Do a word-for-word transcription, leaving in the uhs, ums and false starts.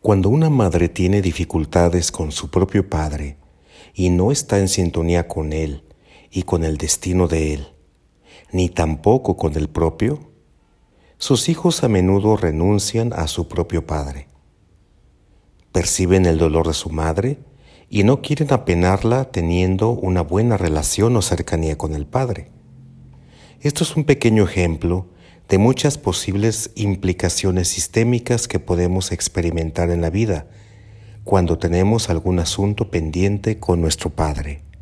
Cuando una madre tiene dificultades con su propio padre y no está en sintonía con él y con el destino de él, ni tampoco con el propio, sus hijos a menudo renuncian a su propio padre. Perciben el dolor de su madre y no quieren apenarla teniendo una buena relación o cercanía con el padre. Esto es un pequeño ejemplo de muchas posibles implicaciones sistémicas que podemos experimentar en la vida cuando tenemos algún asunto pendiente con nuestro padre.